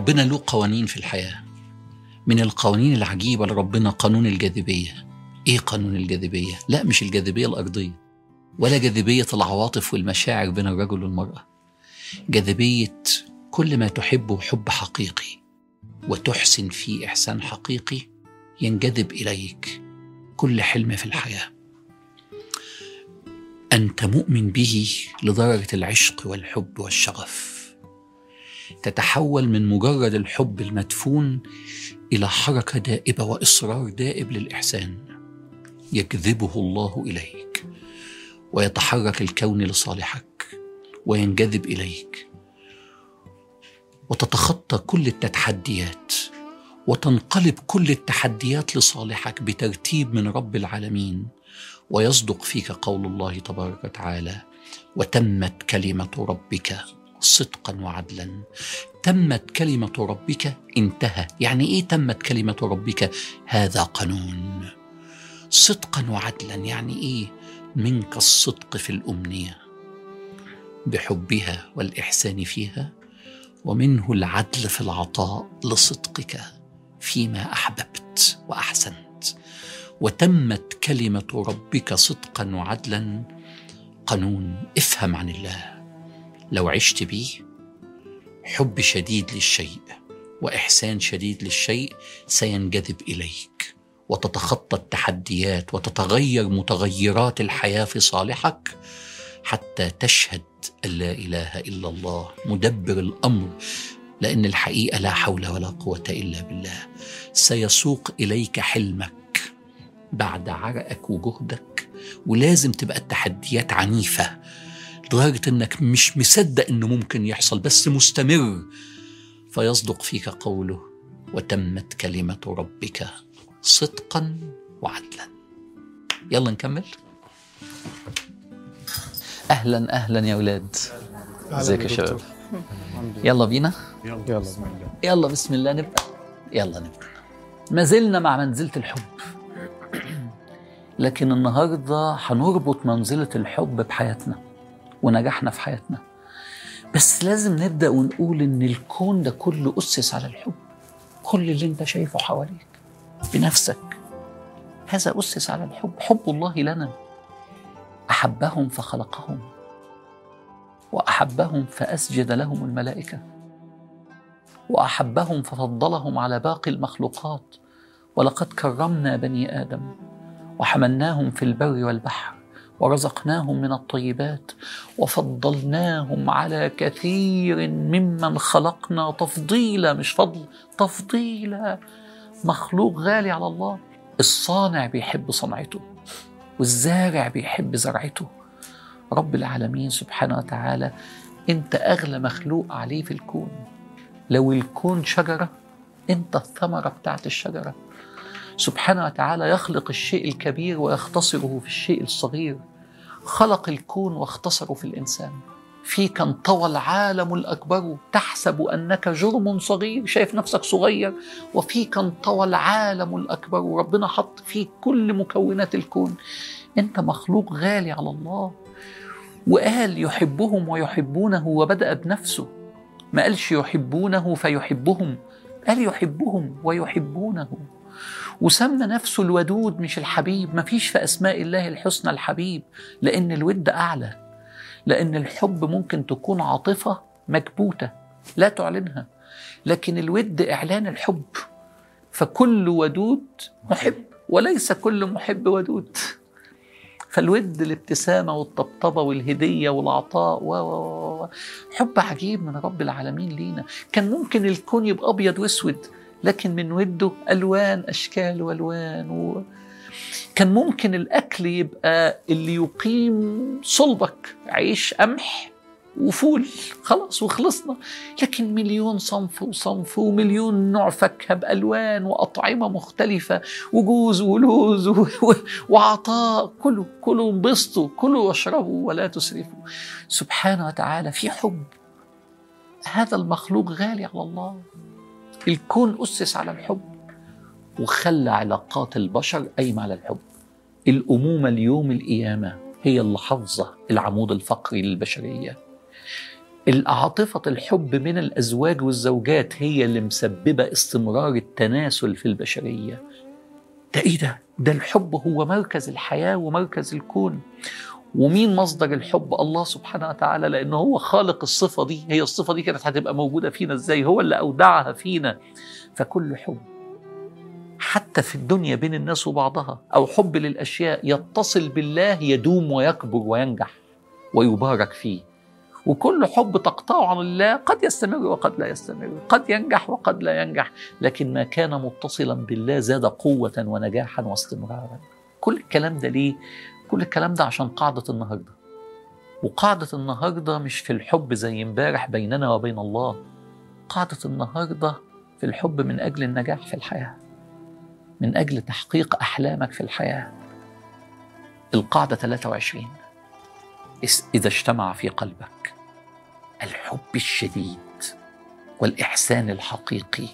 ربنا له قوانين في الحياة. من القوانين العجيبة لربنا قانون الجاذبية. إيه قانون الجاذبية؟ لا، مش الجاذبية الأرضية ولا جاذبية العواطف والمشاعر بين الرجل والمرأة. جاذبية كل ما تحبه حب حقيقي وتحسن فيه إحسان حقيقي ينجذب إليك. كل حلم في الحياة أنت مؤمن به لدرجة العشق والحب والشغف، تتحول من مجرد الحب المدفون إلى حركة دائبة وإصرار دائب للإحسان، يجذبه الله إليك ويتحرك الكون لصالحك وينجذب إليك، وتتخطى كل التحديات وتنقلب كل التحديات لصالحك بترتيب من رب العالمين، ويصدق فيك قول الله تبارك وتعالى: وتمت كلمة ربك صدقا وعدلا. تمت كلمة ربك، انتهى. يعني ايه تمت كلمة ربك؟ هذا قانون. صدقا وعدلا يعني ايه؟ منك الصدق في الأمنية بحبها والإحسان فيها، ومنه العدل في العطاء لصدقك فيما أحببت وأحسنت. وتمت كلمة ربك صدقا وعدلا قانون. افهم عن الله، لو عشت بيه حب شديد للشيء وإحسان شديد للشيء سينجذب إليك، وتتخطى التحديات وتتغير متغيرات الحياة في صالحك، حتى تشهد أن لا إله إلا الله مدبر الأمر. لأن الحقيقة لا حول ولا قوة إلا بالله. سيسوق إليك حلمك بعد عرقك وجهدك، ولازم تبقى التحديات عنيفة لدرجة أنك مش مصدق أنه ممكن يحصل، بس مستمر، فيصدق فيك قوله: وتمت كلمة ربك صدقا وعدلا. يلا نكمل. أهلا أهلا يا أولاد، ازيك يا شباب؟ يلا بينا، يلا بسم الله نبدأ. يلا نبدأ. ما زلنا مع منزلة الحب، لكن النهاردة هنربط منزلة الحب بحياتنا ونجاحنا في حياتنا. بس لازم نبدأ ونقول إن الكون ده كله أسس على الحب. كل اللي انت شايفه حواليك بنفسك هذا أسس على الحب. حب الله لنا، أحبهم فخلقهم وأحبهم فأسجد لهم الملائكة وأحبهم ففضلهم على باقي المخلوقات. ولقد كرمنا بني آدم وحملناهم في البر والبحر ورزقناهم من الطيبات وفضلناهم على كثير ممن خلقنا تفضيلا. مش فضل، تفضيلا. مخلوق غالي على الله. الصانع بيحب صنعته والزارع بيحب زرعته. رب العالمين سبحانه وتعالى انت أغلى مخلوق عليه في الكون. لو الكون شجرة انت الثمرة بتاعت الشجرة. سبحانه وتعالى يخلق الشيء الكبير ويختصره في الشيء الصغير. خلق الكون واختصره في الإنسان. فيك انطوى العالم الأكبر تحسب أنك جرم صغير، شايف نفسك صغير، وفيك انطوى العالم الأكبر. ربنا حط فيك كل مكونات الكون. أنت مخلوق غالي على الله، وقال يحبهم ويحبونه، وبدأ بنفسه. ما قالش يحبونه فيحبهم، قال يحبهم ويحبونه. وسمى نفسه الودود مش الحبيب. ما فيش في أسماء الله الحسنى الحبيب، لأن الود أعلى. لأن الحب ممكن تكون عاطفة مكبوتة لا تعلنها، لكن الود إعلان الحب. فكل ودود محب وليس كل محب ودود. فالود الابتسامة والطبطبة والهدية والعطاء حب عجيب من رب العالمين لينا. كان ممكن الكون يبقى أبيض واسود، لكن من وده ألوان، أشكال وألوان. كان ممكن الأكل يبقى اللي يقيم صلبك، عيش قمح وفول، خلاص وخلصنا. لكن مليون صنف وصنف ومليون نوع فاكهة بألوان وأطعمة مختلفة وجوز ولوز وعطاء. كلوا انبسطوا، كلوا واشربوا ولا تسرفوا. سبحانه وتعالى في حب. هذا المخلوق غالي على الله. الكون أسس على الحب وخلى علاقات البشر قايمة على الحب. الأمومة اليوم القيامة هي اللي حافظة العمود الفقري للبشرية. عاطفة الحب من الأزواج والزوجات هي اللي مسببة استمرار التناسل في البشرية. ده إيه ده؟ ده الحب هو مركز الحياة ومركز الكون. ومين مصدر الحب؟ الله سبحانه وتعالى، لأنه هو خالق الصفة دي. هي الصفة دي كانت هتبقى موجودة فينا إزاي؟ هو اللي أودعها فينا. فكل حب حتى في الدنيا بين الناس وبعضها، أو حب للأشياء يتصل بالله يدوم ويكبر وينجح ويبارك فيه. وكل حب تقطعه عن الله قد يستمر وقد لا يستمر، قد ينجح وقد لا ينجح، لكن ما كان متصلا بالله زاد قوة ونجاحا واستمرارا. كل الكلام ده ليه؟ كل الكلام ده عشان قاعدة النهاردة. وقاعدة النهاردة مش في الحب زي امبارح بيننا وبين الله. قاعدة النهاردة في الحب من أجل النجاح في الحياة، من أجل تحقيق أحلامك في الحياة. القاعدة 23: إذا اجتمع في قلبك الحب الشديد والإحسان الحقيقي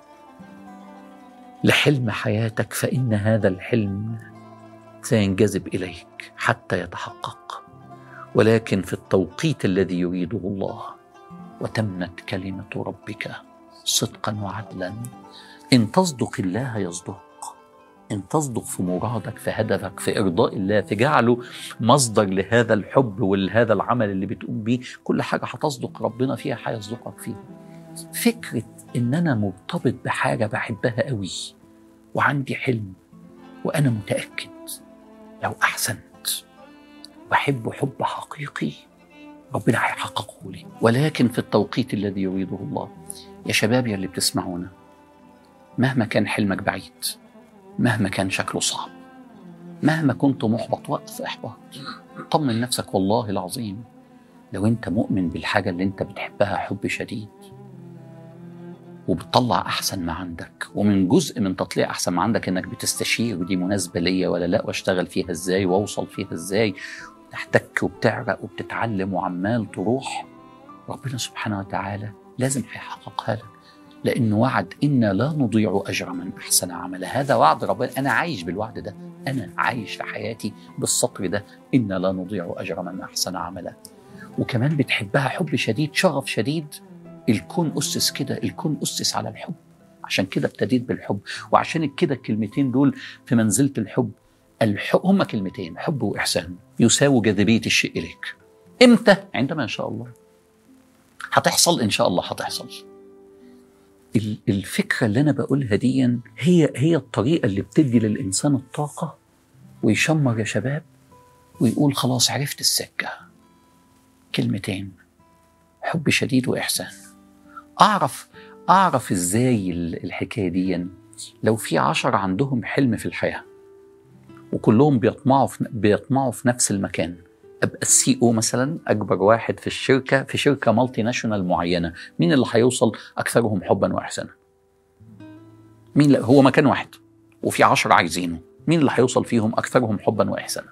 لحلم حياتك، فإن هذا الحلم سينجذب إليك حتى يتحقق، ولكن في التوقيت الذي يريده الله. وتمت كلمة ربك صدقا وعدلا. إن تصدق الله يصدق، إن تصدق في مرادك، في هدفك، في إرضاء الله، في جعله مصدر لهذا الحب ولهذا العمل اللي بتقوم بيه، كل حاجة هتصدق ربنا فيها هيصدقك فيها. فكرة إن أنا مرتبط بحاجة بحبها قوي وعندي حلم، وأنا متأكد لو أحسنت وأحب حب حقيقي ربنا هيحققه لي، ولكن في التوقيت الذي يريده الله. يا شباب يا اللي بتسمعونا، مهما كان حلمك بعيد، مهما كان شكله صعب، مهما كنت محبط، وقف إحباط، طمن نفسك. والله العظيم لو أنت مؤمن بالحاجة اللي أنت بتحبها حب شديد وبتطلع أحسن ما عندك، ومن جزء من تطليع أحسن ما عندك إنك بتستشير ودي مناسبة ليا ولا لا، واشتغل فيها إزاي وأوصل فيها إزاي، تحتك وبتعرق وبتتعلم وعمال تروح، ربنا سبحانه وتعالى لازم هيحققها لك، لأنه وعد: إنا لا نضيع أجر من أحسن عملا. هذا وعد ربنا، أنا عايش بالوعد ده، أنا عايش في حياتي بالسطر ده: إنا لا نضيع أجر من أحسن عملا. وكمان بتحبها حب شديد، شغف شديد. الكون أسس كده، الكون أسس على الحب، عشان كده ابتديت بالحب. وعشان كده الكلمتين دول في منزلة الحب. الحب هما كلمتين: حب وإحسان، يساوي جاذبية الشيء إليك. إمتى؟ عندما إن شاء الله هتحصل، إن شاء الله هتحصل. الفكرة اللي أنا بقولها دي هي الطريقة اللي بتدي للإنسان الطاقة ويشمر يا شباب ويقول خلاص عرفت السكة. كلمتين: حب شديد وإحسان. أعرف إزاي الحكاية دي؟ لو في 10 عندهم حلم في الحياة وكلهم بيطمعوا في نفس المكان، أبقى السي او مثلا، أكبر واحد في الشركة، في شركة مالتي ناشونال معينة، مين اللي هيوصل أكثرهم حبا وإحسانا؟ مين؟ هو مكان واحد وفي 10 عايزينه، مين اللي هيوصل فيهم أكثرهم حبا وإحسانا؟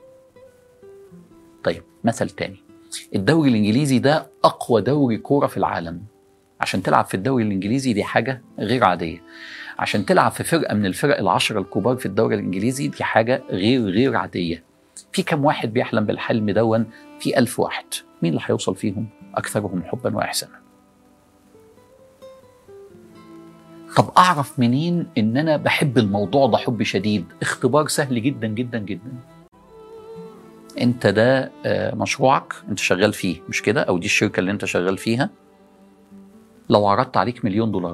طيب مثل تاني: الدوري الإنجليزي ده أقوى دوري كورة في العالم. عشان تلعب في الدوري الإنجليزي دي حاجة غير عادية. عشان تلعب في فرقة من الفرق 10 الكبار في الدوري الإنجليزي دي حاجة غير عادية. في كم واحد بيحلم بالحلم دون؟ في 1000 واحد. مين اللي هيوصل فيهم أكثرهم حبا وإحسانا؟ طب أعرف منين إن أنا بحب الموضوع ده حب شديد؟ اختبار سهل جدا جدا جدا. أنت ده مشروعك أنت شغال فيه، مش كده؟ أو دي الشركة اللي أنت شغال فيها. لو عرضت عليك $1,000,000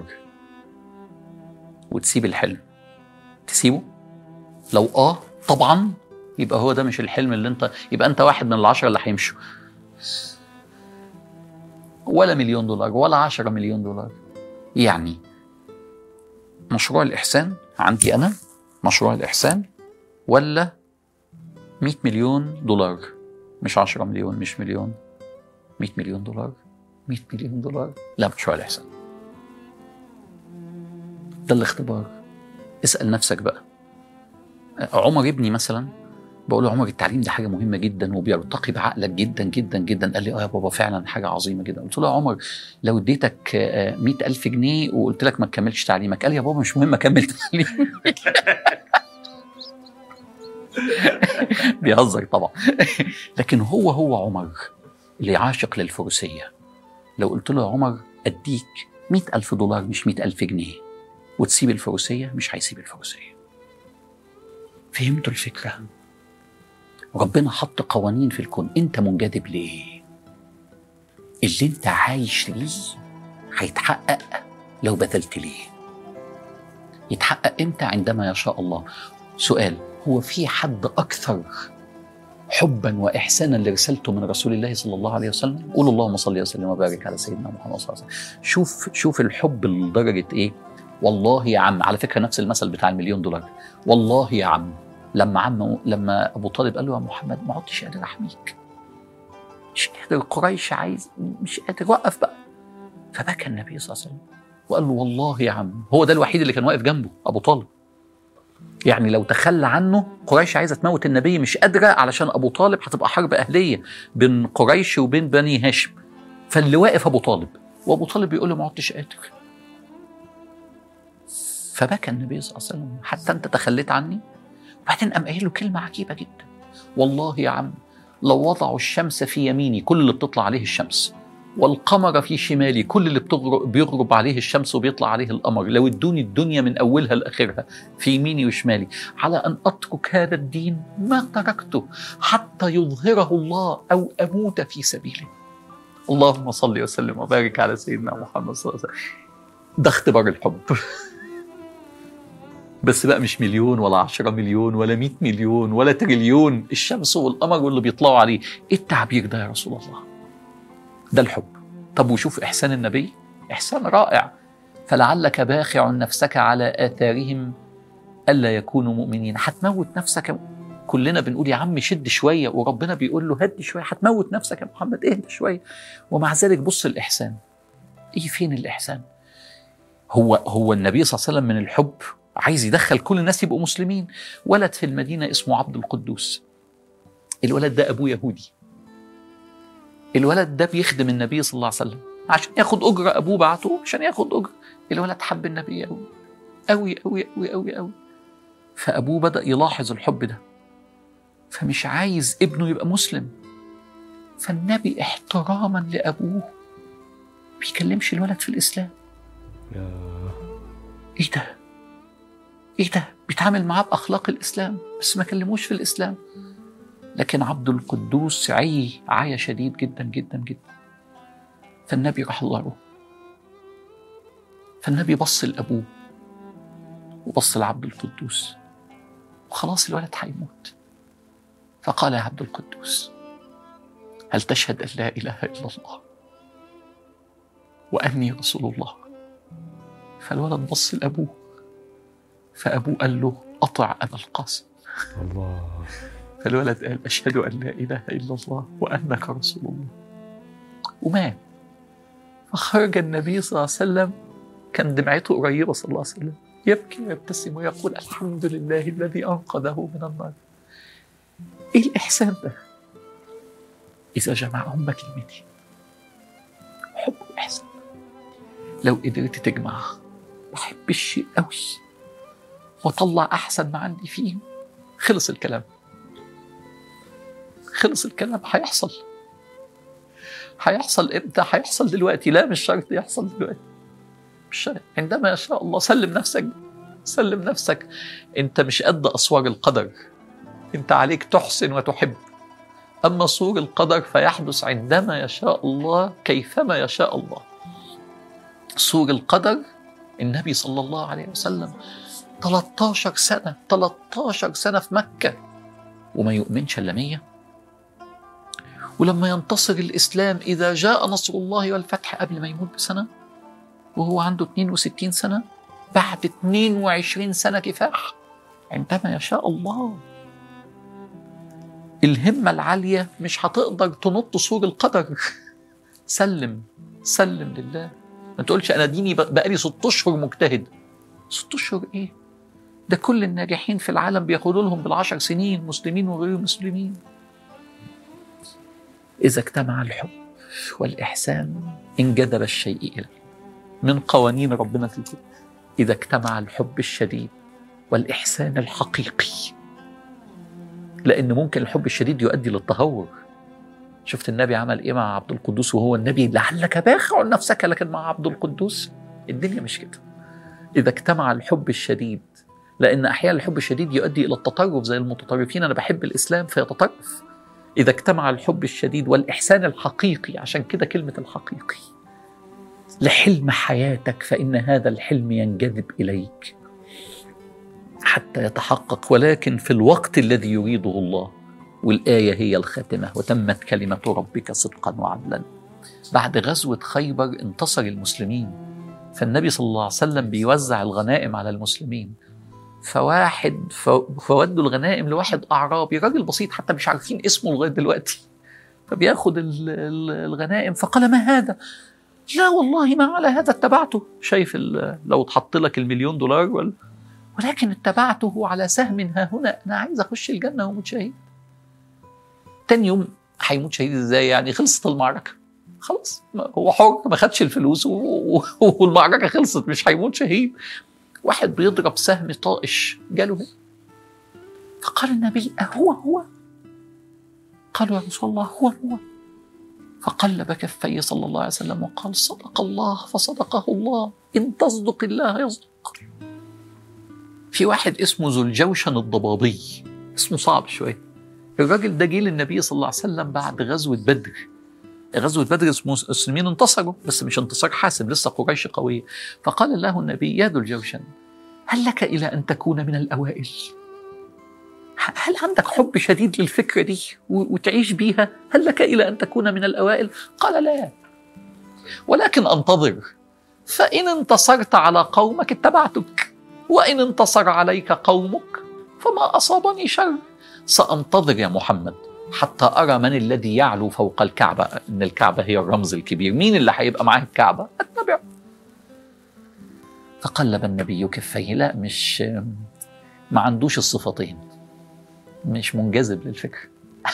وتسيب الحلم، تسيبه؟ لو طبعا، يبقى هو ده مش الحلم اللي أنت، يبقى أنت واحد من 10 اللي هيمشوا. ولا $1,000,000 ولا 10 مليون دولار. يعني مشروع الإحسان عندي أنا، مشروع الإحسان، ولا 100 مليون دولار؟ مش 10 مليون، مش مليون، 100 مليون دولار. 100 مليون دولار، لا، مشروع الإحسان. ده الاختبار. اسأل نفسك بقى. عمر ابني مثلا، بقول له: عمر التعليم ده حاجة مهمة جدا وبيرتقي بعقلك جدا جدا جدا. قال لي: يا بابا فعلا حاجة عظيمة جدا. قلت له: يا عمر لو اديتك 100,000 جنيه وقلت لك ما تكملش تعليمك. قال لي: يا بابا مش مهم أكمل تعليمي. بيهزر طبعا. لكن هو عمر اللي عاشق للفروسية لو قلت له يا عمر أديك 100,000 دولار مش 100,000 جنيه وتسيب الفروسية، مش هيسيب الفروسية. فهمتوا الفكرة؟ ربنا حط قوانين في الكون. انت منجذب ليه؟ اللي انت عايش ليه هيتحقق لو بذلت ليه. يتحقق امتى؟ عندما يشاء الله. سؤال: هو في حد اكثر حبا واحسانا لرسالته من رسول الله صلى الله عليه وسلم؟ قولوا اللهم صل وسلم وبارك على سيدنا محمد صلى الله عليه وسلم. شوف الحب لدرجه ايه. والله يا عم، على فكره نفس المثل بتاع $1,000,000. والله يا عم، لما ابو طالب قال له يا محمد ما عدتش قادر احميك، مش قادر، قريش عايز، مش قادر، وقف بقى. فبكى النبي صلى الله عليه وسلم وقال له والله يا عم. هو ده الوحيد اللي كان واقف جنبه، ابو طالب. يعني لو تخلى عنه قريش عايزه تموت النبي، مش قادره، علشان ابو طالب هتبقى حرب اهليه بين قريش وبين بني هاشم. فاللي واقف ابو طالب، وابو طالب بيقول له ما عدتش قادر. فبكى النبي صلى الله عليه وسلم: حتى انت تخليت عني؟ وبعدين قام قايل له كلمه عجيبه جدا: والله يا عم، لو وضعوا الشمس في يميني، كل اللي بتطلع عليه الشمس، والقمر في شمالي، كل اللي بيغرب عليه الشمس وبيطلع عليه القمر، لو ادوني الدنيا من اولها لاخرها في يميني وشمالي على ان اترك هذا الدين ما تركته حتى يظهره الله او اموت في سبيله. اللهم صل وسلم وبارك على سيدنا محمد صلى الله عليه وسلم. ده اختبار الحب. بس بقى مش 1,000,000 ولا 10,000,000 ولا 100,000,000 ولا تريليون، الشمس والقمر واللي بيطلعوا عليه. ايه التعبير ده يا رسول الله؟ ده الحب. طب وشوف إحسان النبي، إحسان رائع: فلعلك باخع نفسك على آثارهم ألا يكونوا مؤمنين. هتموت نفسك. كلنا بنقول يا عم شد شوية، وربنا بيقول له هدي شوية، هتموت نفسك يا محمد، اهدى شوية. ومع ذلك بص الإحسان. ايه فين الإحسان؟ هو النبي صلى الله عليه وسلم من الحب عايز يدخل كل الناس يبقوا مسلمين. ولد في المدينة اسمه عبد القدوس. الولد ده أبوه يهودي. الولد ده بيخدم النبي صلى الله عليه وسلم عشان ياخد أجرة، أبوه بعته عشان ياخد أجرة. الولد حب النبي أوي أوي أوي أوي أوي أوي. فأبوه بدأ يلاحظ الحب ده، فمش عايز ابنه يبقى مسلم. فالنبي احتراما لأبوه بيكلمش الولد في الإسلام. إيه ده؟ إيه ده؟ بيتعامل معاه بأخلاق الإسلام بس ما كلموش في الإسلام. لكن عبد القدوس عيا شديد جدا جدا جدا. فالنبي راح الله. فالنبي بص لأبوه وبص لعبد القدوس، وخلاص الولد هيموت. فقال يا عبد القدوس: هل تشهد أن لا إله إلا الله وأني رسول الله؟ فالولد بص لأبوه، فأبوه قال له: أطع أبا القاسم. الله. فالولد قال: أشهد أن لا إله إلا الله وأنك رسول الله. ومات. فخرج النبي صلى الله عليه وسلم، كان دمعته قريبة صلى الله عليه وسلم، يبكي ويبتسم ويقول: الحمد لله الذي أنقذه من النار. إيه الإحسان ده؟ إذا جمعهم كلمتين: حب وإحسان. لو قدرت تجمع بحب الشيء قوي وطلع أحسن ما عندي فيه، خلص الكلام. خلص الكلام. هيحصل امتى؟ هيحصل دلوقتي. لا، مش شرط يحصل دلوقتي، مش شرط. عندما يشاء الله. سلم نفسك، سلم نفسك. انت مش قد أسوار القدر، انت عليك تحسن وتحب. أما صور القدر فيحدث عندما يشاء الله كيفما يشاء الله. صور القدر، النبي صلى الله عليه وسلم 13 سنة في مكة وما يؤمنش إلا 100. ولما ينتصر الإسلام، إذا جاء نصر الله والفتح، قبل ما يموت بسنة وهو عنده 62 سنة، بعد 22 سنة كفاح. عندما يشاء الله. الهمة العالية مش هتقدر تنط سور القدر. سلم لله. ما تقولش أنا ديني بقالي 6 أشهر مجتهد. 6 أشهر إيه؟ ده كل الناجحين في العالم بياخدوا لهم بال10 سنين، مسلمين وغير مسلمين. إذا اجتمع الحب والإحسان انجذب الشيء إليه. من قوانين ربنا في الكون: إذا اجتمع الحب الشديد والإحسان الحقيقي. لأن ممكن الحب الشديد يؤدي للتهور. شفت النبي عمل إيه مع عبد القدوس وهو النبي؟ لعلك باخع نفسك، لكن مع عبد القدوس الدنيا مش كده. إذا اجتمع الحب الشديد، لأن أحيانا الحب الشديد يؤدي إلى التطرف زي المتطرفين، أنا بحب الإسلام فيتطرف. إذا اجتمع الحب الشديد والإحسان الحقيقي، عشان كده كلمة الحقيقي، لحلم حياتك، فإن هذا الحلم ينجذب إليك حتى يتحقق، ولكن في الوقت الذي يريده الله. والآية هي الخاتمة: وتمت كلمة ربك صدقا وعدلا. بعد غزوة خيبر انتصر المسلمين، فالنبي صلى الله عليه وسلم بيوزع الغنائم على المسلمين، فودوا الغنائم لواحد أعرابي، راجل بسيط حتى مش عارفين اسمه لغاية دلوقتي، فبياخد الغنائم، فقال: ما هذا؟ لا والله ما على هذا اتبعته. شايف لو اتحط لك $1,000,000 ولكن اتبعته على سهم ها هنا، أنا عايز أخش الجنة وموت شهيد. تاني يوم هيموت شهيد ازاي يعني؟ خلصت المعركة خلاص، هو حر، ما خدش الفلوس والمعركة خلصت، مش هيموت شهيد. واحد بيضرب سهم طائش جاله هنا، فقال النبي: أهو؟ قالوا: يا رسول الله هو. فقلب كفيه صلى الله عليه وسلم وقال: صدق الله فصدقه الله، إن تصدق الله يصدق. في واحد اسمه ذو الجوشن الضبابي، اسمه صعب شوية. الراجل ده جه للنبي صلى الله عليه وسلم بعد غزوة بدر. غزوة بدر المسلمين انتصروا، بس مش انتصار حاسم، لسه قريش قوية. فقال له النبي: يا ذو الجوشن، هل لك إلى أن تكون من الأوائل؟ هل عندك حب شديد للفكرة دي وتعيش بيها؟ هل لك إلى أن تكون من الأوائل؟ قال: لا، ولكن أنتظر، فإن انتصرت على قومك اتبعتك، وإن انتصر عليك قومك فما أصابني شر. سأنتظر يا محمد حتى أرى من الذي يعلو فوق الكعبة، إن الكعبة هي الرمز الكبير، مين اللي هيبقى معاه الكعبة؟ أتبعه. فقلب النبي كفيه، لا، مش ما عندوش الصفتين، مش منجذب للفكر.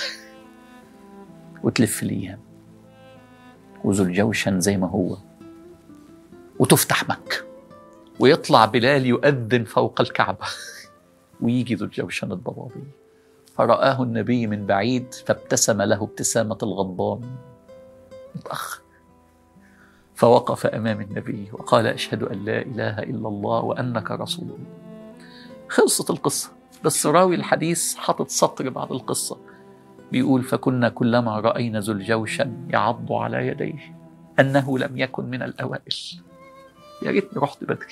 وتلف الأيام وذو الجوشن زي ما هو، وتفتح مكة ويطلع بلال يؤذن فوق الكعبة ويجي ذو الجوشن الضبابي، فرآه النبي من بعيد فابتسم له ابتسامة الغضبان متأخر، فوقف أمام النبي وقال: أشهد أن لا إله إلا الله وأنك رسول الله. خلصت القصة، بس راوي الحديث حاطط سطر بعد القصة بيقول: فكنا كلما رأينا ذو الجوشن يعض على يديه أنه لم يكن من الأوائل. يا ريتني رحت بدري.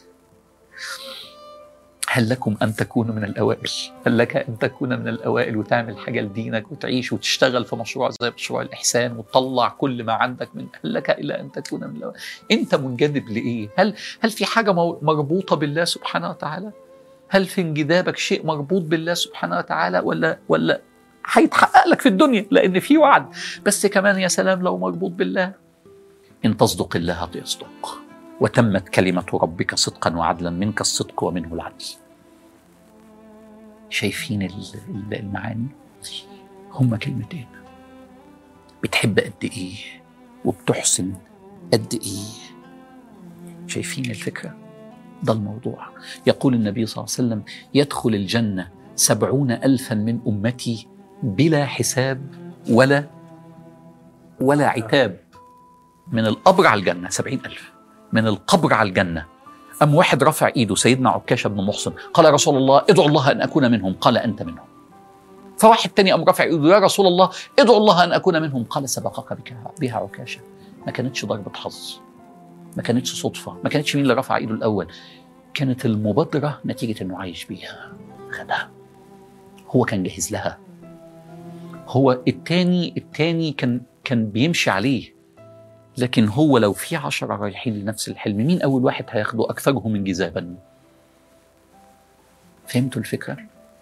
هل لكم أن تكونوا من الأوائل؟ هل لك أن تكون من الأوائل وتعمل حاجة لدينك وتعيش وتشتغل في مشروع زي مشروع الإحسان وتطلع كل ما عندك من؟ هل لك إلا أن تكون من الأوائل؟ أنت منجذب لإيه؟ هل في حاجة مربوطة بالله سبحانه وتعالى؟ هل في انجذابك شيء مربوط بالله سبحانه وتعالى ولا هيتحقق لك في الدنيا؟ لأن في وعد، بس كمان يا سلام لو مربوط بالله. إن تصدق الله يصدق، وتمت كلمة ربك صدقا وعدلا، منك الصدق ومنه العدل. شايفين المعاني؟ هما كلمتين، بتحب قد إيه وبتحسن قد إيه. شايفين الفكرة؟ ده الموضوع. يقول النبي صلى الله عليه وسلم: يدخل الجنة 70,000 من أمتي بلا حساب ولا عتاب. من القبر على الجنة 70,000 من القبر على الجنة. أم واحد رفع إيده، سيدنا عكاشة بن محصن، قال: يا رسول الله ادعو الله أن أكون منهم. قال: أنت منهم. فواحد تاني أم رفع إيده: يا رسول الله ادعو الله أن أكون منهم. قال: سبقك بها عكاشة. ما كانتش ضربة حظ، ما كانتش صدفة، ما كانتش مين اللي رفع إيده الأول، كانت المبادرة نتيجة أنه عايش بيها، خدها، هو كان جاهز لها. هو التاني كان بيمشي عليه، لكن هو لو في 10 رايحين لنفس الحلم، مين أول واحد هياخده؟ أكثرهم انجذابا. فهمتوا الفكرة؟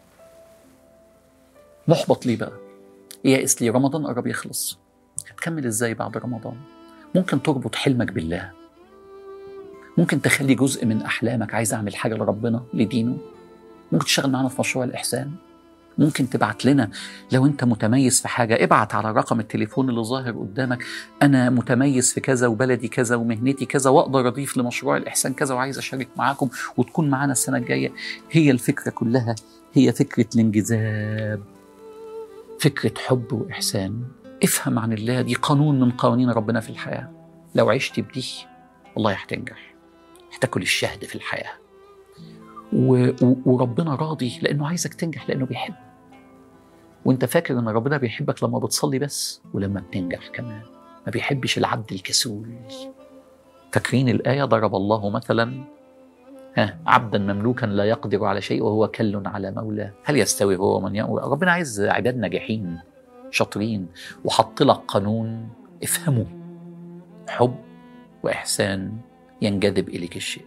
محبط ليه بقى؟ يائس لي؟ رمضان قرب يخلص، هتكمل إزاي بعد رمضان؟ ممكن تربط حلمك بالله، ممكن تخلي جزء من أحلامك عايز أعمل حاجة لربنا لدينه، ممكن تشتغل معنا في مشروع الإحسان، ممكن تبعت لنا لو أنت متميز في حاجة، ابعت على رقم التليفون اللي ظاهر قدامك: أنا متميز في كذا وبلدي كذا ومهنتي كذا وأقدر أضيف لمشروع الإحسان كذا وعايز أشارك معاكم وتكون معانا السنة الجاية. هي الفكرة كلها هي فكرة الانجذاب، فكرة حب وإحسان. افهم عن الله، دي قانون من قوانين ربنا في الحياة. لو عشت بدي والله هتنجح، هتاكل الشهد في الحياة. وربنا راضي لأنه عايزك تنجح، لأنه بيحب. وانت فاكر ان ربنا بيحبك لما بتصلي بس ولما بتنجح كمان. ما بيحبش العبد الكسول. فاكرين الآية؟ ضرب الله مثلا عبدا مملوكا لا يقدر على شيء وهو كل على مولاه، هل يستوي هو من يأمر؟ ربنا عايز عباد ناجحين شاطرين، وحط لك قانون افهمه: حب وإحسان ينجذب إليك الشيء.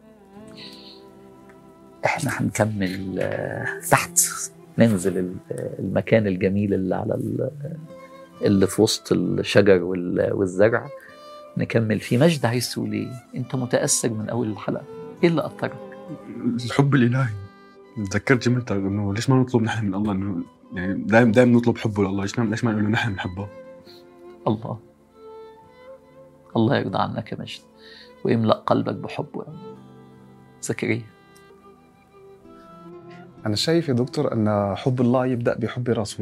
احنا هنكمل تحت، ننزل المكان الجميل اللي في وسط الشجر والزرع، نكمل فيه. مجد عايز تقول ايه؟ انت متأثر من اول الحلقة، ايه اللي أثرك؟ الحب الإلهي. تذكرت جملتك انه ليش ما نطلب نحن من الله انه يعني دائما نطلب حبه لله، ليش ما نقول له نحن نحبه؟ الله يرضى عنك يا مجد ويملأ قلبك بحبه. زكريا. أنا شايف يا دكتور أن حب الله يبدأ بحب رسول،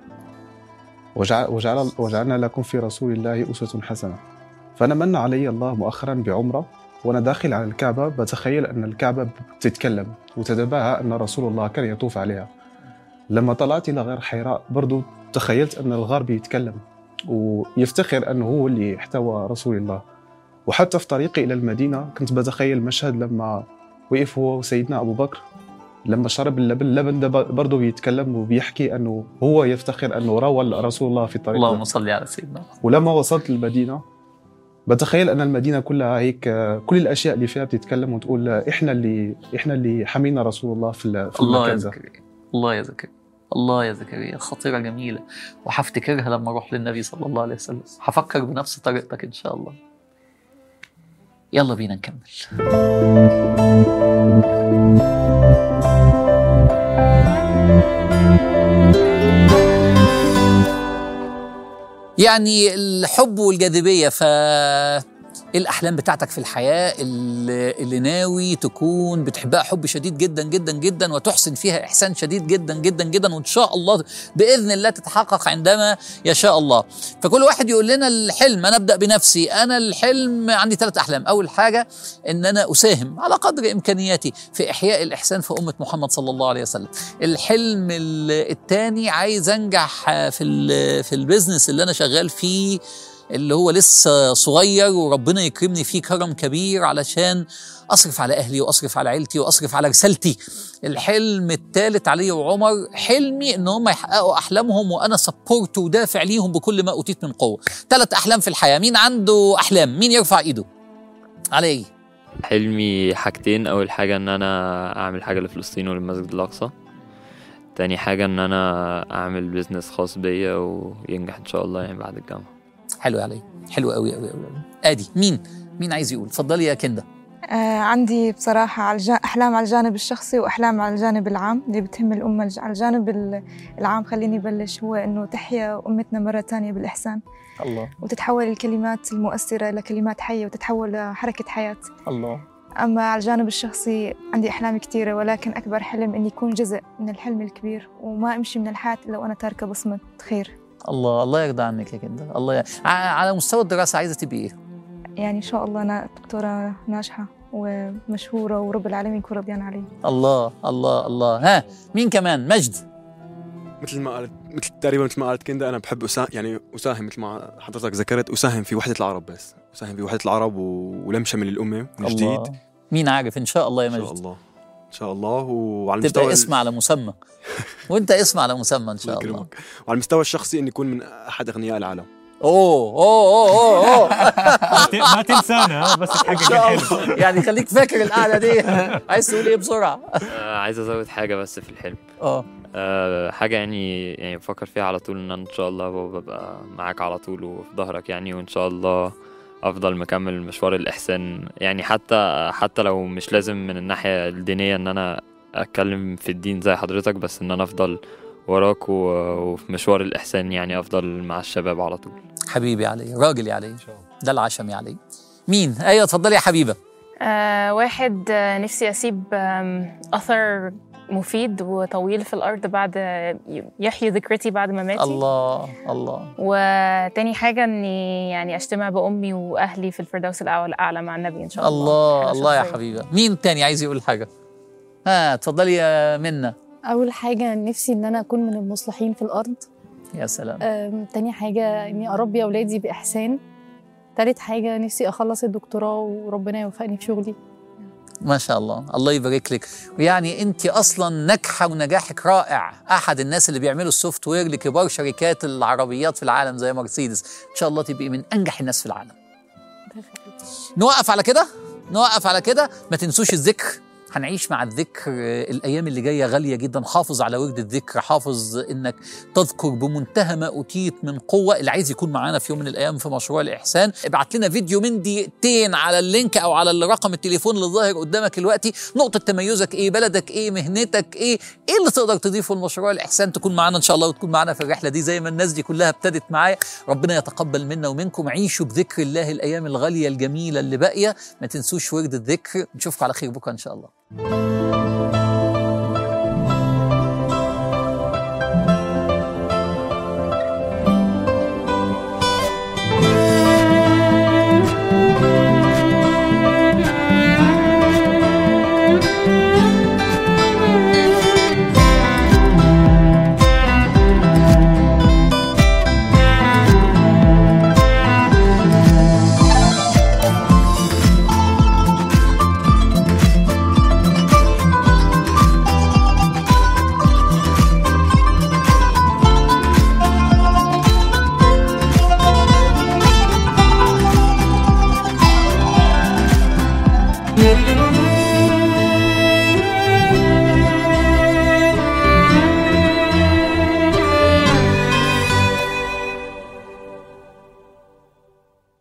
وجعلنا لكم في رسول الله أسوة حسنة. فأنا من علي الله مؤخرا بعمرة، وأنا داخل على الكعبة بتخيل أن الكعبة بتتكلم وتتباهى أن رسول الله كان يطوف عليها. لما طلعت إلى غار حراء برضو تخيلت أن الغار بيتكلم ويفتخر أنه هو اللي احتوى رسول الله. وحتى في طريقي إلى المدينة كنت بتخيل مشهد لما وقف هو وسيدنا أبو بكر لما شرب اللبن ده برضه بيتكلم وبيحكي أنه هو يفتخر أنه روى رسول الله في الطريق. اللهم صل على سيدنا. ولما وصلت المدينة بتخيل أن المدينة كلها هيك، كل الأشياء اللي فيها بتتكلم وتقول إحنا اللي حمينا رسول الله في المكان ده. الله يا زكريا، خطيرة جميلة، وحفتكرها لما أروح للنبي صلى الله عليه وسلم، حفكر بنفس طريقتك إن شاء الله. يلا بينا نكمل. يعني الحب والجاذبية، الأحلام بتاعتك في الحياة اللي ناوي تكون بتحبها حب شديد جدا جدا جدا، وتحسن فيها إحسان شديد جدا جدا جدا، وإن شاء الله بإذن الله تتحقق عندما يشاء الله. فكل واحد يقول لنا الحلم. أنا أبدأ بنفسي. أنا الحلم عندي 3 أحلام. أول حاجة إن أنا أساهم على قدر إمكانياتي في إحياء الإحسان في أمة محمد صلى الله عليه وسلم. الحلم الثاني عايز أنجح في البيزنس اللي أنا شغال فيه، اللي هو لسه صغير وربنا يكرمني فيه كرم كبير علشان أصرف على أهلي وأصرف على عيلتي وأصرف على رسالتي. الحلم الثالث علي وعمر، حلمي إن هم يحققوا أحلامهم وأنا سبورت ودافع ليهم بكل ما أوتيت من قوة. 3 أحلام في الحياة. مين عنده أحلام؟ مين يرفع إيده؟ علي. حلمي حاجتين. أول حاجة إن أنا أعمل حاجة لفلسطين وللمسجد الأقصى. تاني حاجة إن أنا أعمل بيزنس خاص بيا وينجح إن شاء الله يعني بعد الجامعة. حلو علي، حلو قوي قوي قوي. ادي مين عايز يقول؟ اتفضلي يا كندا. عندي بصراحة أحلام على الجانب الشخصي وأحلام على الجانب العام اللي بتهم الأمة. على الجانب العام خليني بلش، هو إنه تحيا أمتنا مرة تانية بالإحسان. الله. وتتحول الكلمات المؤثرة لكلمات حية وتتحول لحركة حياة. الله. أما على الجانب الشخصي عندي أحلام كثيرة، ولكن أكبر حلم إني أكون جزء من الحلم الكبير وما أمشي من الحياة إلا وأنا تاركة بصمة خير. الله يرضى عنك يا كندا. الله على مستوى الدراسة عايزة تبقي إيه؟ يعني إن شاء الله أنا دكتورة ناجحة ومشهورة ورب العالمين يكون رضيان علي. الله. ها مين كمان؟ مجد. تقريبا مثل ما قالت كندا، أنا بحب أساهم مثل ما حضرتك ذكرت، أساهم في وحدة العرب، بس أساهم في وحدة العرب ولم شمل الأمة من جديد. مين عارف؟ إن شاء الله يا مجد. إن شاء الله. وعلى تبقى اسم على مسمى وانت اسم على مسمى ان شاء الله. وعلى المستوى الشخصي اني اكون من احد اغنياء العالم. اوه ما تنسانا بس تحقق الحلم. يعني خليك فاكر القعده دي. عايز تقول ايه بسرعه؟ عايز ازود حاجه بس في الحلم. حاجه يعني بفكر فيها على طول، ان انا ان شاء الله ببقى معاك على طول وفي ظهرك يعني، وان شاء الله افضل مكمل مشوار الاحسان يعني، حتى لو مش لازم من الناحيه الدينيه ان انا اتكلم في الدين زي حضرتك، بس ان انا افضل وراك وفي مشوار الاحسان يعني، افضل مع الشباب على طول. حبيبي علي، راجل يا علي، ده العشم يا علي. مين؟ ايوه اتفضلي يا حبيبه. واحد نفسي اسيب اثر مفيد وطويل في الأرض بعد يحيي ذكرتي بعد ما ماتي. الله الله. وتاني حاجة إني يعني أجتمع بأمي وأهلي في الفردوس الأعلى مع النبي إن شاء الله. الله الله يا حبيبة. مين تاني عايز يقول حاجة؟ اتفضلي يا منى. أول حاجة نفسي إن أنا أكون من المصلحين في الأرض. يا سلام. تاني حاجة إني أربي أولادي بإحسان. تالت حاجة نفسي أخلص الدكتوراه وربنا يوفقني في شغلي. ما شاء الله، الله يبارك لك. يعني انت اصلا ناجحه ونجاحك رائع، احد الناس اللي بيعملوا السوفت وير لكبار شركات العربيات في العالم زي مرسيدس، ان شاء الله تبقي من انجح الناس في العالم. نوقف على كده، نوقف على كده. ما تنسوش الذكر، هنعيش مع الذكر الأيام اللي جاية غالية جدا. حافظ على ورد الذكر، حافظ إنك تذكر بمنتهى ما أوتيت من قوة. اللي عايز يكون معانا في يوم من الأيام في مشروع الإحسان، ابعت لنا فيديو من دقيقتين على اللينك أو على الرقم التليفون اللي ظاهر قدامك دلوقتي. نقطة تميزك إيه، بلدك إيه، مهنتك إيه، إيه اللي تقدر تضيفه لمشروع الإحسان. تكون معانا إن شاء الله وتكون معانا في الرحلة دي زي ما الناس دي كلها ابتدت معايا. ربنا يتقبل منا ومنكم. عيشوا بذكر الله الأيام الغالية الجميلة اللي باقية. ما تنسوش ورد الذكر. نشوفكم على خير بكرة إن شاء الله.